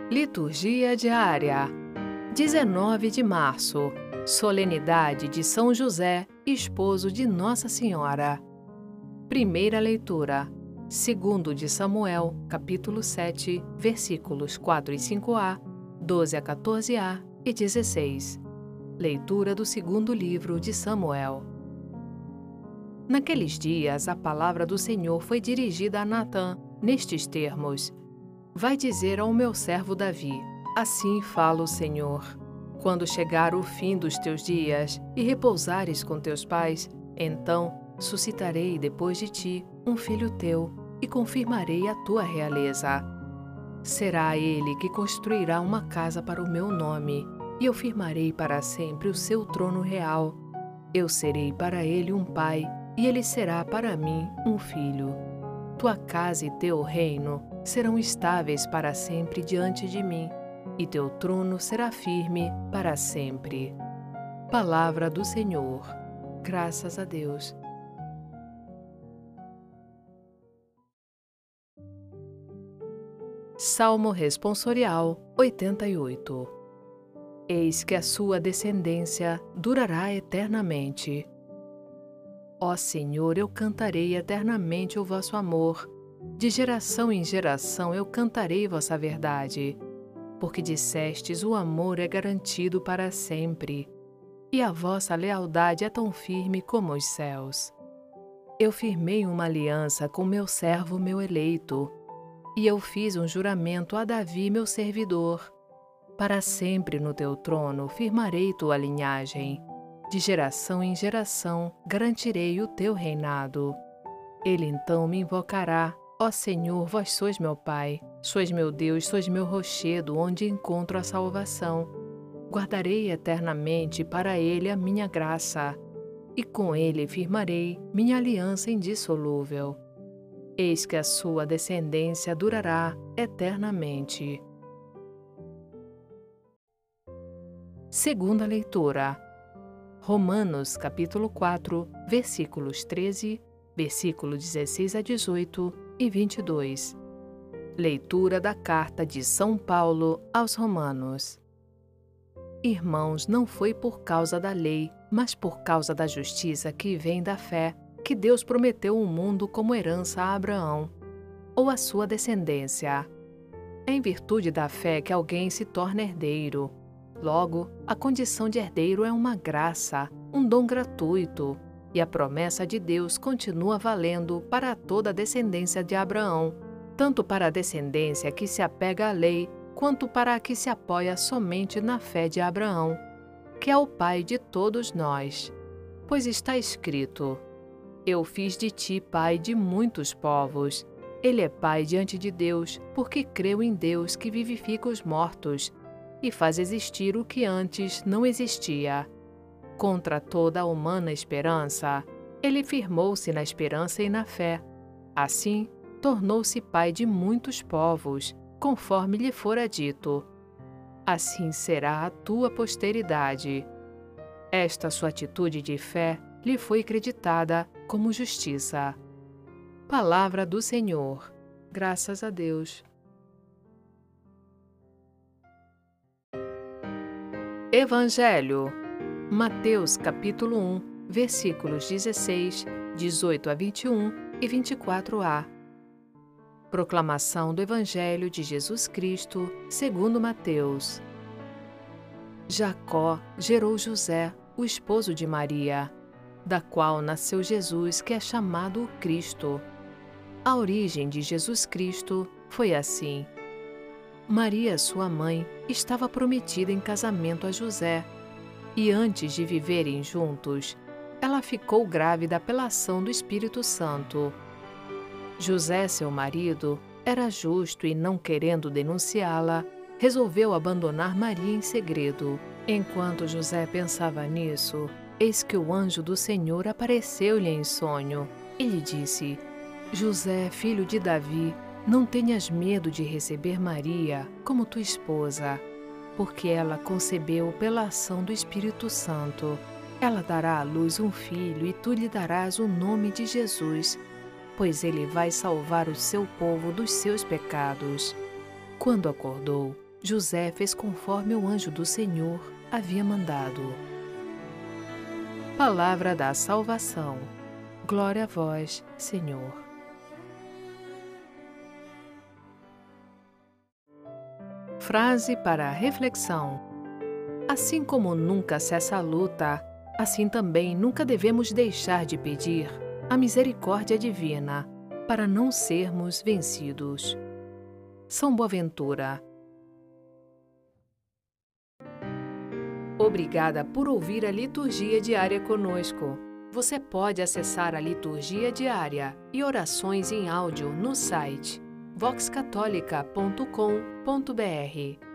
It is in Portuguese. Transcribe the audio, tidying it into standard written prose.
Liturgia diária. 19 de março. Solenidade de São José, esposo de Nossa Senhora. Primeira leitura. 2 de Samuel, capítulo 7, versículos 4 e 5a, 12 a 14a e 16. Leitura do segundo livro de Samuel. Naqueles dias, a palavra do Senhor foi dirigida a Natã, nestes termos: Vai dizer ao meu servo Davi: Assim fala o Senhor. Quando chegar o fim dos teus dias e repousares com teus pais, então suscitarei depois de ti um filho teu e confirmarei a tua realeza. Será ele que construirá uma casa para o meu nome, e eu firmarei para sempre o seu trono real. Eu serei para ele um pai, e ele será para mim um filho. Tua casa e teu reino serão estáveis para sempre diante de mim, e teu trono será firme para sempre. Palavra do Senhor. Graças a Deus. Salmo Responsorial 88. Eis que a sua descendência durará eternamente. Ó Senhor, eu cantarei eternamente o vosso amor. De geração em geração eu cantarei vossa verdade. Porque dissestes, o amor é garantido para sempre, e a vossa lealdade é tão firme como os céus. Eu firmei uma aliança com meu servo, meu eleito, e eu fiz um juramento a Davi, meu servidor. Para sempre no teu trono firmarei tua linhagem. De geração em geração garantirei o teu reinado. Ele então me invocará: Ó Senhor, vós sois meu Pai, sois meu Deus, sois meu rochedo, onde encontro a salvação. Guardarei eternamente para ele a minha graça, e com ele firmarei minha aliança indissolúvel. Eis que a sua descendência durará eternamente. Segunda leitura. Romanos, capítulo 4, versículos 13, versículo 16 a 18 e 22. Leitura da carta de São Paulo aos Romanos. Irmãos, não foi por causa da lei, mas por causa da justiça que vem da fé, que Deus prometeu o mundo como herança a Abraão, ou a sua descendência. É em virtude da fé que alguém se torna herdeiro. Logo, a condição de herdeiro é uma graça, um dom gratuito, e a promessa de Deus continua valendo para toda a descendência de Abraão, tanto para a descendência que se apega à lei, quanto para a que se apoia somente na fé de Abraão, que é o pai de todos nós. Pois está escrito: Eu fiz de ti pai de muitos povos. Ele é pai diante de Deus, porque creu em Deus que vivifica os mortos e faz existir o que antes não existia. Contra toda a humana esperança, ele firmou-se na esperança e na fé. Assim, tornou-se pai de muitos povos, conforme lhe fora dito: Assim será a tua posteridade. Esta sua atitude de fé lhe foi creditada como justiça. Palavra do Senhor. Graças a Deus. Evangelho. Mateus capítulo 1, versículos 16, 18 a 21 e 24a. Proclamação do Evangelho de Jesus Cristo, segundo Mateus. Jacó gerou José, o esposo de Maria, da qual nasceu Jesus, que é chamado o Cristo. A origem de Jesus Cristo foi assim. Maria, sua mãe, estava prometida em casamento a José, e antes de viverem juntos, ela ficou grávida pela ação do Espírito Santo. José, seu marido, era justo e, não querendo denunciá-la, resolveu abandonar Maria em segredo. Enquanto José pensava nisso, eis que o anjo do Senhor apareceu-lhe em sonho e lhe disse: José, filho de Davi, não tenhas medo de receber Maria como tua esposa, porque ela concebeu pela ação do Espírito Santo. Ela dará à luz um filho e tu lhe darás o nome de Jesus, pois ele vai salvar o seu povo dos seus pecados. Quando acordou, José fez conforme o anjo do Senhor havia mandado. Palavra da salvação. Glória a vós, Senhor. Frase para a reflexão. Assim como nunca cessa a luta, assim também nunca devemos deixar de pedir a misericórdia divina para não sermos vencidos. São Boaventura. Obrigada por ouvir a Liturgia Diária conosco. Você pode acessar a Liturgia Diária e orações em áudio no site voxcatolica.com.br.